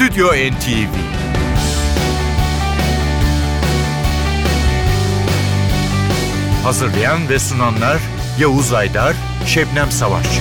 Stüdyo NTV. Hazırlayan ve sunanlar Yavuz Aydar, Şebnem Savaşçı.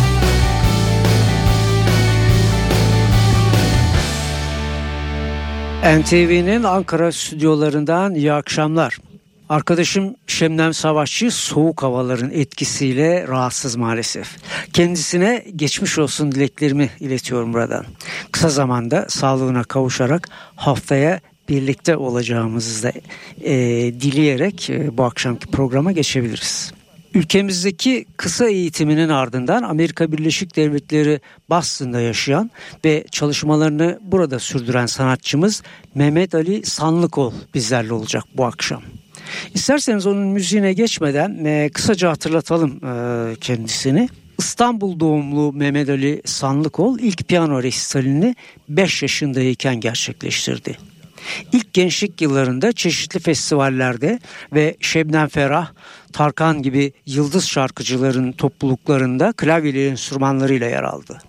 NTV'nin Ankara stüdyolarından iyi akşamlar. Arkadaşım Şebnem Savaşçı soğuk havaların etkisiyle rahatsız maalesef. Kendisine geçmiş olsun dileklerimi iletiyorum buradan. Kısa zamanda sağlığına kavuşarak haftaya birlikte olacağımızı da dileyerek bu akşamki programa geçebiliriz. Ülkemizdeki kısa eğitiminin ardından Amerika Birleşik Devletleri Boston'da yaşayan ve çalışmalarını burada sürdüren sanatçımız Mehmet Ali Sanlıkol bizlerle olacak bu akşam. İsterseniz onun müziğine geçmeden kısaca hatırlatalım kendisini. İstanbul doğumlu Mehmet Ali Sanlıkol ilk piyano resitalini 5 yaşındayken gerçekleştirdi. İlk gençlik yıllarında çeşitli festivallerde ve Şebnem Ferah, Tarkan gibi yıldız şarkıcıların topluluklarında klavyeli enstrümanlarıyla yer aldı.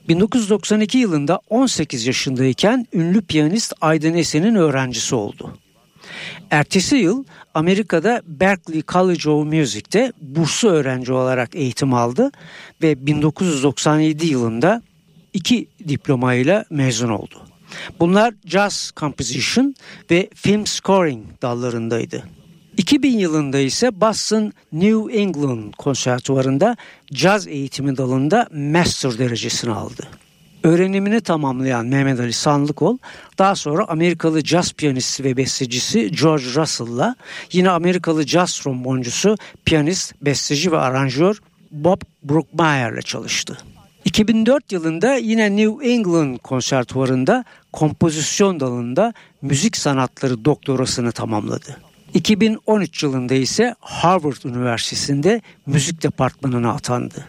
1992 yılında 18 yaşındayken ünlü piyanist Aydın Esen'in öğrencisi oldu. Ertesi yıl Amerika'da Berklee College of Music'te burslu öğrenci olarak eğitim aldı ve 1997 yılında 2 diplomayla mezun oldu. Bunlar Jazz Composition ve Film Scoring dallarındaydı. 2000 yılında ise Boston New England Konservatuvarı'nda caz eğitimi dalında master derecesini aldı. Öğrenimini tamamlayan Mehmet Ali Sanlıkol daha sonra Amerikalı caz piyanisti ve bestecisi George Russell'la yine Amerikalı caz tromboncusu, piyanist, besteci ve aranjör Bob Brookmeyer'le çalıştı. 2004 yılında yine New England Konservatuvarı'nda kompozisyon dalında müzik sanatları doktorasını tamamladı. 2013 yılında ise Harvard Üniversitesi'nde müzik departmanına atandı.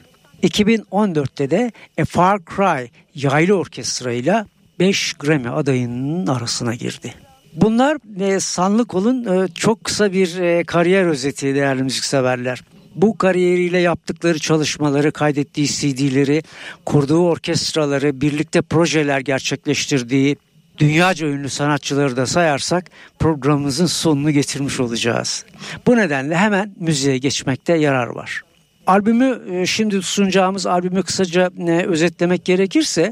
2014'te de A Far Cry yaylı orkestra ile 5 Grammy adayının arasına girdi. Bunlar Sanlıkol'un çok kısa bir kariyer özeti değerli müzikseverler. Bu kariyeriyle yaptıkları çalışmaları, kaydettiği CD'leri, kurduğu orkestraları, birlikte projeler gerçekleştirdiği dünyaca ünlü sanatçıları da sayarsak programımızın sonunu getirmiş olacağız. Bu nedenle hemen müziğe geçmekte yarar var. Albümü, şimdi sunacağımız albümü kısaca özetlemek gerekirse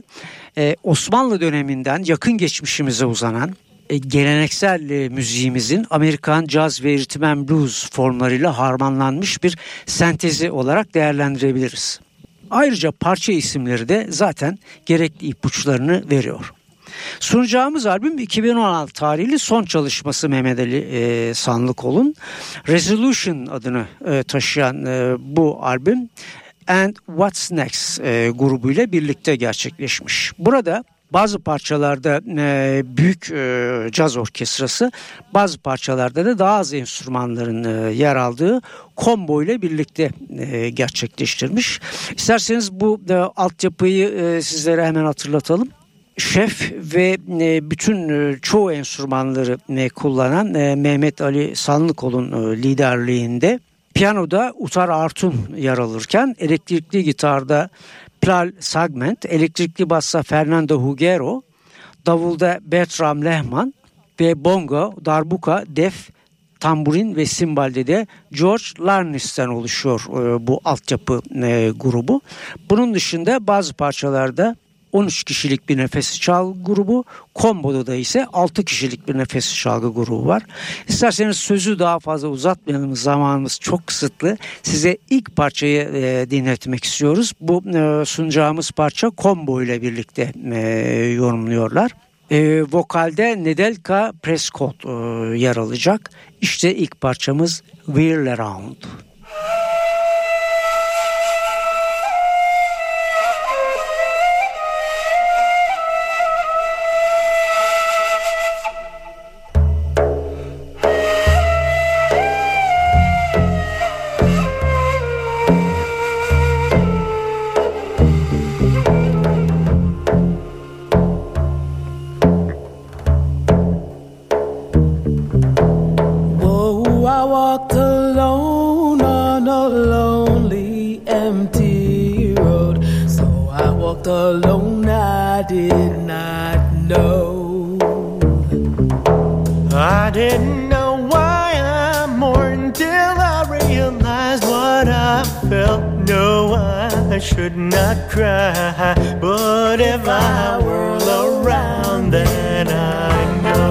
Osmanlı döneminden yakın geçmişimize uzanan geleneksel müziğimizin Amerikan caz ve rhythm and blues formlarıyla harmanlanmış bir sentezi olarak değerlendirebiliriz. Ayrıca parça isimleri de zaten gerekli ipuçlarını veriyor. Sunacağımız albüm 2016 tarihli son çalışması Mehmet Ali Sanlıkol'un Resolution adını taşıyan bu albüm And What's Next grubuyla birlikte gerçekleşmiş. Burada bazı parçalarda büyük caz orkestrası, bazı parçalarda da daha az enstrümanların yer aldığı kombo ile birlikte gerçekleştirmiş. İsterseniz bu altyapıyı sizlere hemen hatırlatalım. Şef ve bütün çoğu enstrümanları kullanan Mehmet Ali Sanlıkol'un liderliğinde piyanoda Utar Artun yer alırken elektrikli gitarda Plal Sagment, elektrikli bassa Fernando Hugero, davulda Bertram Lehman ve bongo, darbuka, def, tamburin ve simbalde de George Larnis'ten oluşuyor bu altyapı grubu. Bunun dışında bazı parçalarda 13 kişilik bir nefesli çalgı grubu, komboda da ise 6 kişilik bir nefesli çalgı grubu var. İsterseniz sözü daha fazla uzatmayalım, zamanımız çok kısıtlı. Size ilk parçayı dinletmek istiyoruz. Bu sunacağımız parça kombo ile birlikte yorumluyorlar. Vokalde Nedelka Prescott yer alacak. İşte ilk parçamız Whirl Around. Alone, I did not know. I didn't know why I mourned till I realized what I felt. No, I should not cry, but if I whirl around, then I know.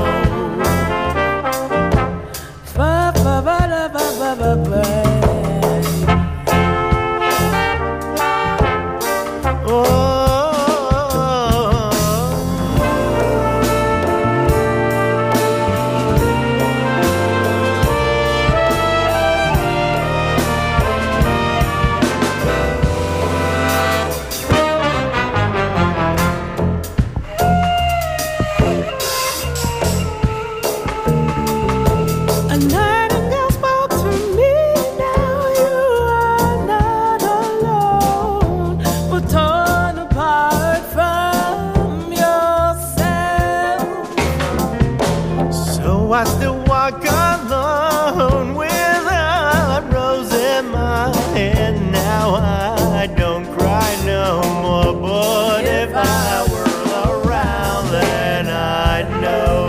I still walk alone with a rose in my hand. Now I don't cry no more, but if I whirl around, then I know.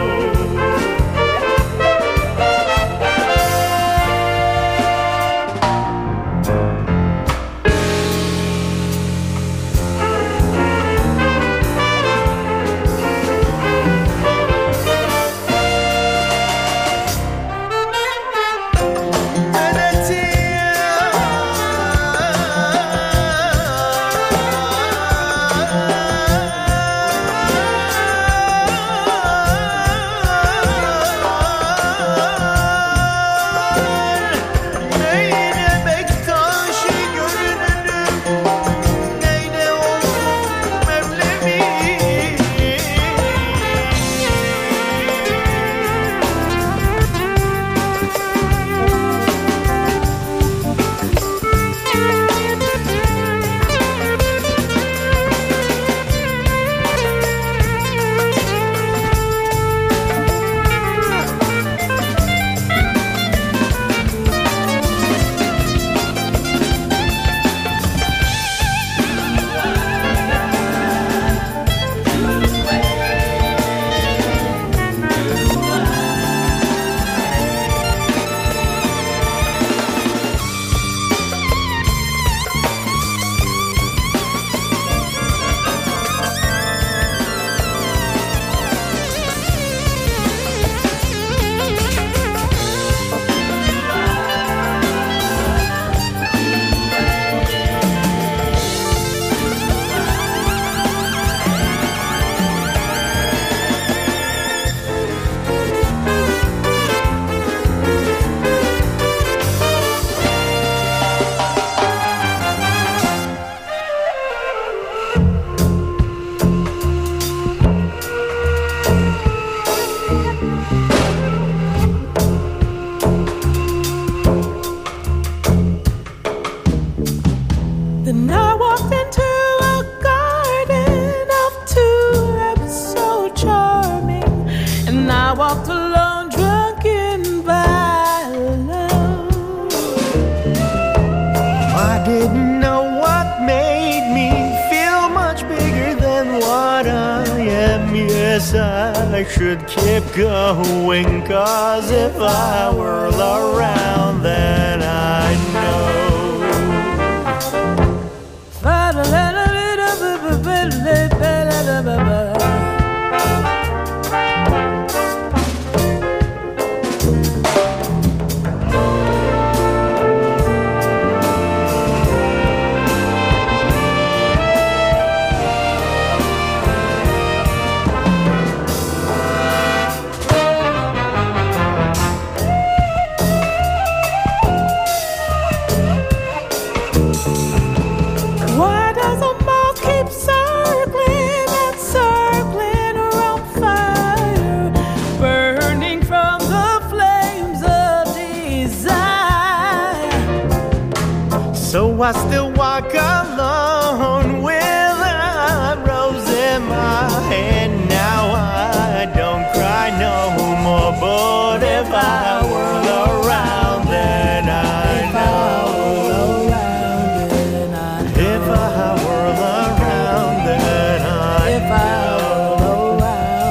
Then I walked into a garden of tulips so charming, and I walked alone, drunken by love. I didn't know what made me feel much bigger than what I am. Yes, I should keep going, 'cause if I whirl around, then I know. Why does a moth keep circling and circling around fire, burning from the flames of desire? So I still walk alone with a rose in my hand. Now I don't cry no more, but if I whirl around, then I know. If I whirl around, then I know.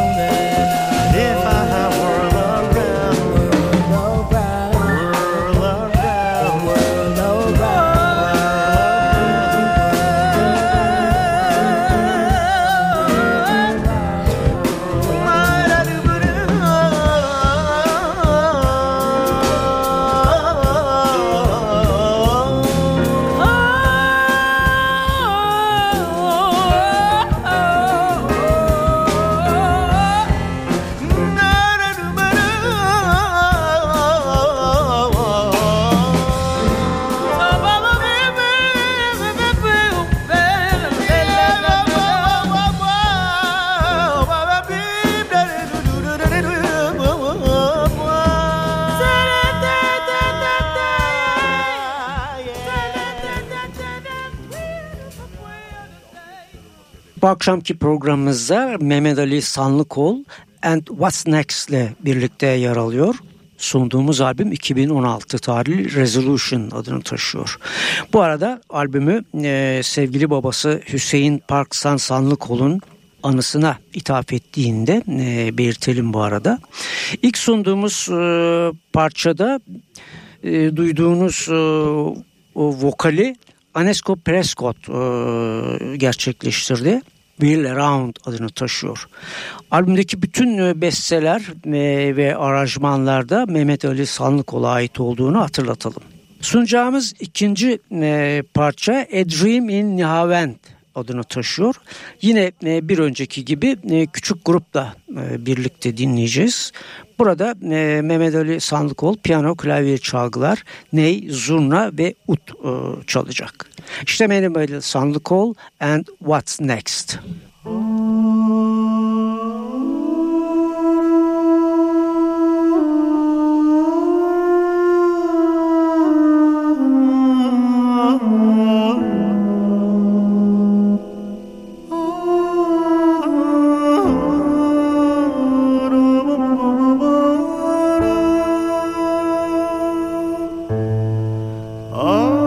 Bu akşamki programımızda Mehmet Ali Sanlıkol and What's Next ile birlikte yer alıyor. Sunduğumuz albüm 2016 tarihli Resolution adını taşıyor. Bu arada albümü sevgili babası Hüseyin Parksan Sanlıkol'un anısına ithaf ettiğinde belirtelim bu arada. İlk sunduğumuz parçada duyduğunuz vokali Anesco Prescott gerçekleştirdi. Wheel Around adını taşıyor. Albümdeki bütün besteler ve aranjmanlarda Mehmet Ali Sanlıkol'a ait olduğunu hatırlatalım. Sunacağımız ikinci parça A Dream in Nihavend adını taşıyor. Yine bir önceki gibi küçük grupla birlikte dinleyeceğiz. Burada Mehmet Ali Sanlıkol piyano, klavye çalgılar, ney, zurna ve ut çalacak. İşte Mehmet Ali Sanlıkol and What's Next.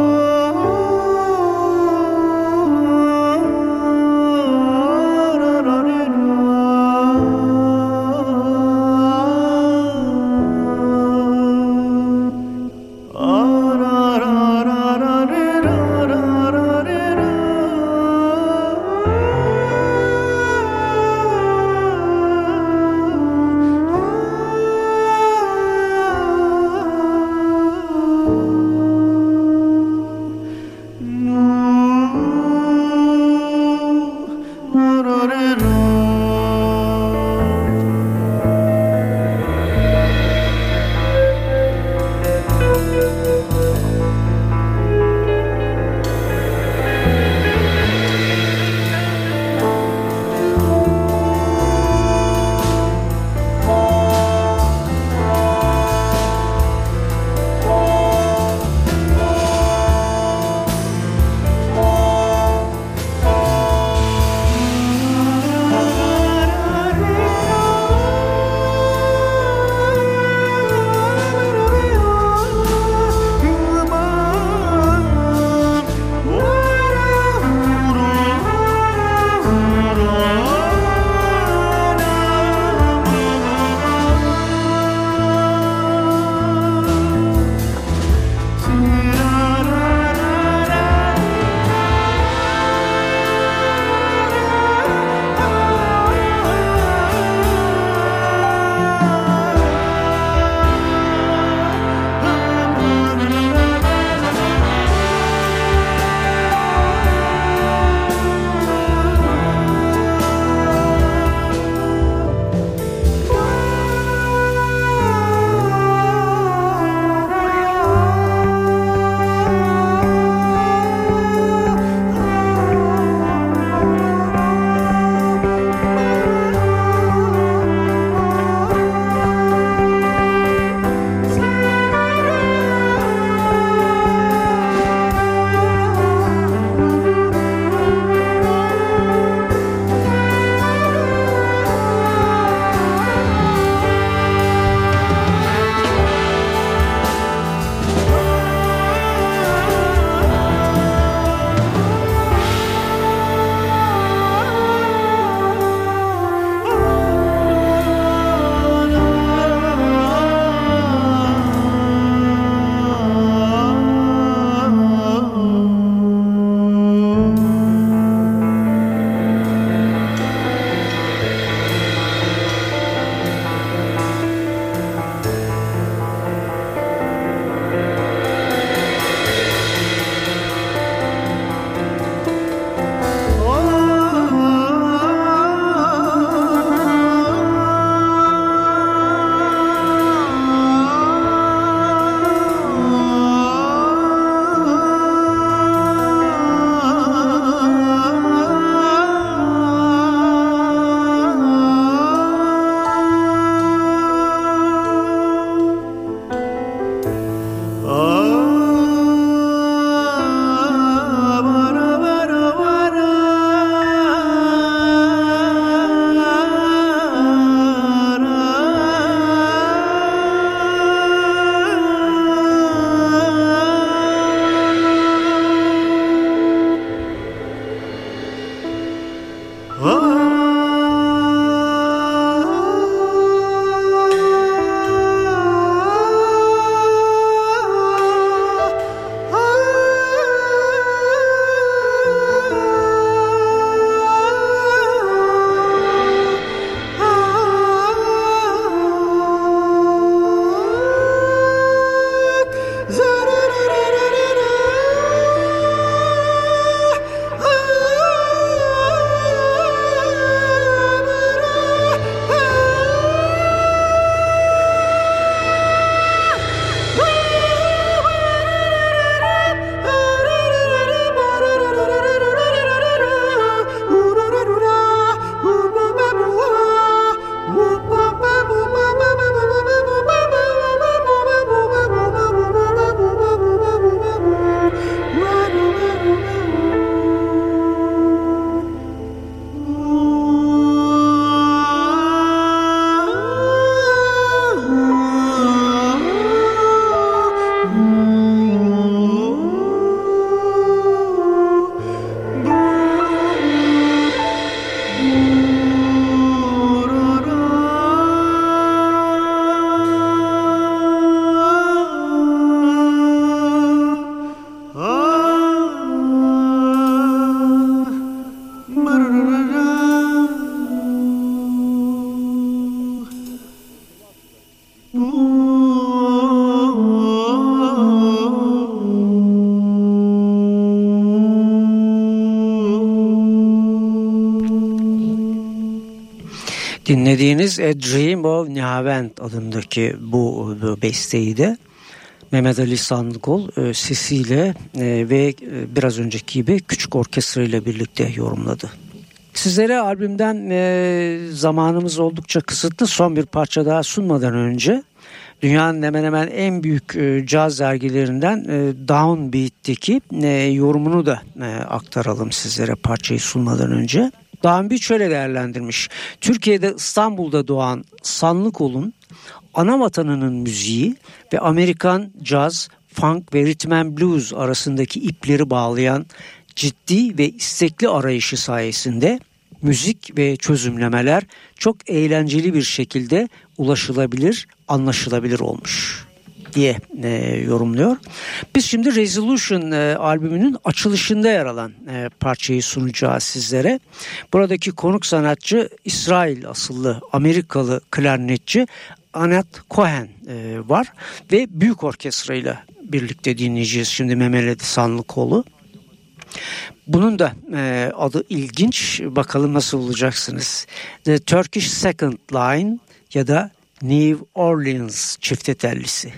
Oh, Dinlediğiniz A Dream of Nihavend adındaki bu besteyi de Mehmet Ali Sanlıkol sesiyle ve biraz önceki gibi küçük orkestra ile birlikte yorumladı. Sizlere albümden zamanımız oldukça kısıtlı, son bir parça daha sunmadan önce dünyanın hemen hemen en büyük caz dergilerinden Downbeat'teki yorumunu da aktaralım sizlere parçayı sunmadan önce. Downbeat şöyle değerlendirmiş: Türkiye'de İstanbul'da doğan Sanlıkol'un ana vatanının müziği ve Amerikan caz, funk ve rhythm and blues arasındaki ipleri bağlayan ciddi ve istekli arayışı sayesinde müzik ve çözümlemeler çok eğlenceli bir şekilde ulaşılabilir, anlaşılabilir olmuş diye yorumluyor. Biz şimdi Resolution albümünün açılışında yer alan parçayı sunacağız sizlere. Buradaki konuk sanatçı İsrail asıllı Amerikalı klarnetçi Anat Cohen var ve büyük orkestrayla birlikte dinleyeceğiz şimdi Mehmet Sanlıkol'u. Bunun da adı ilginç. Bakalım nasıl bulacaksınız. The Turkish Second Line ya da New Orleans çiftetellisi.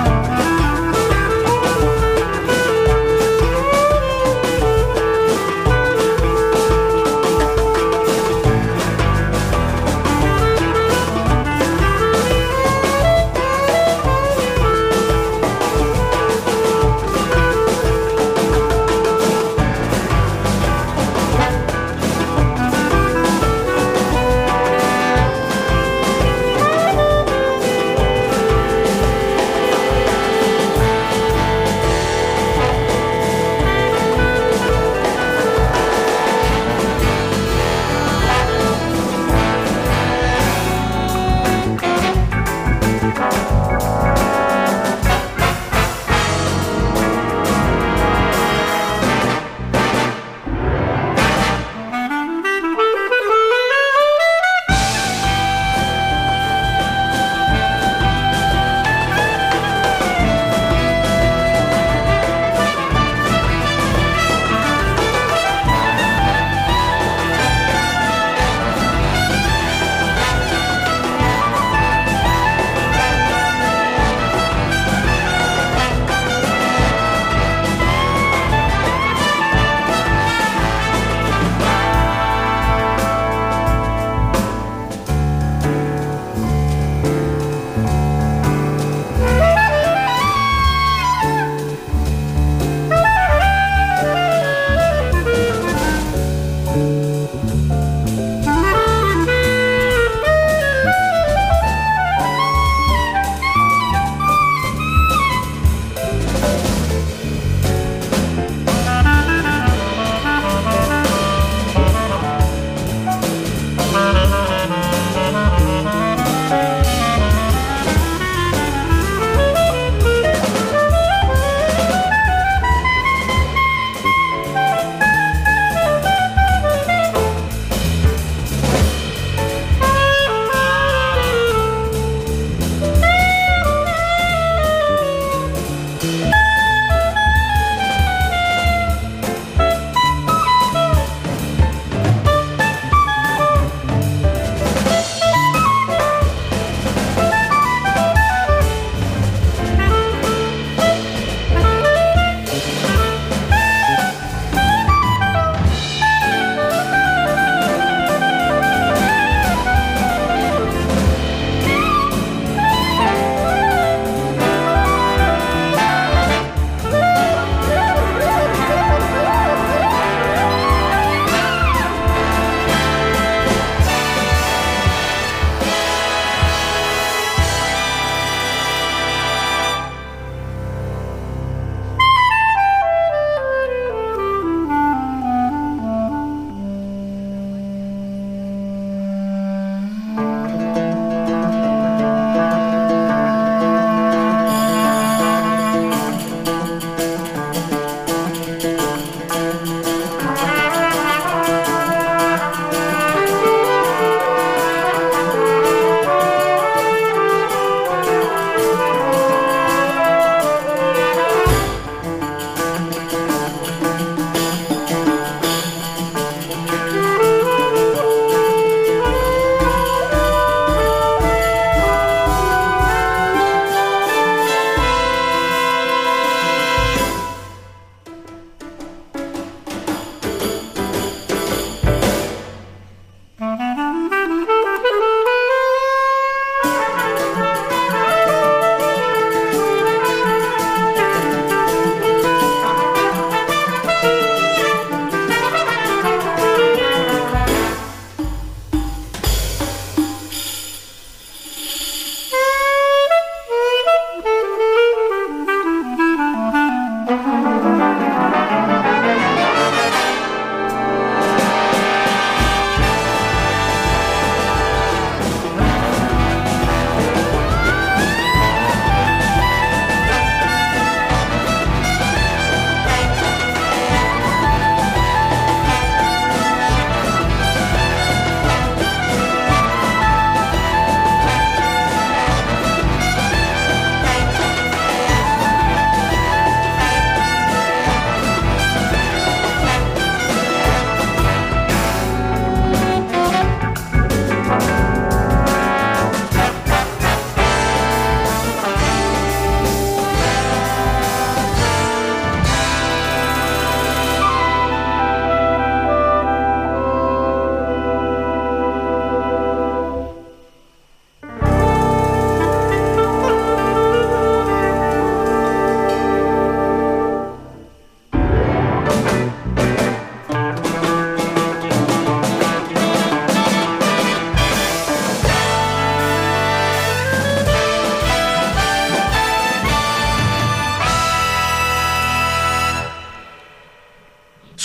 Thank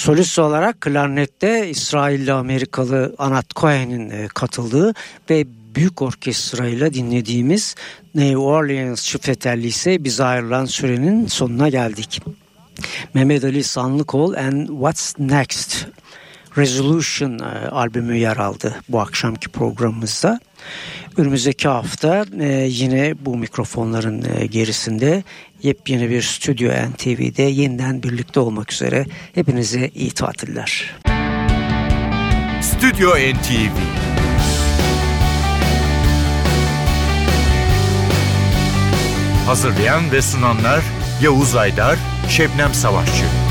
Solist olarak klarnette İsrailli Amerikalı Anat Cohen'in katıldığı ve büyük orkestrayla dinlediğimiz New Orleans Çiftetelli ise bize ayrılan sürenin sonuna geldik. Mehmet Ali Sanlıkol and What's Next Resolution albümü yer aldı bu akşamki programımızda. Önümüzdeki hafta yine bu mikrofonların gerisinde yepyeni bir Stüdyo NTV'de yeniden birlikte olmak üzere hepinize iyi tatiller. Stüdyo NTV Hazırlayan ve sunanlar Yavuz Aydar, Şebnem Savaşçı.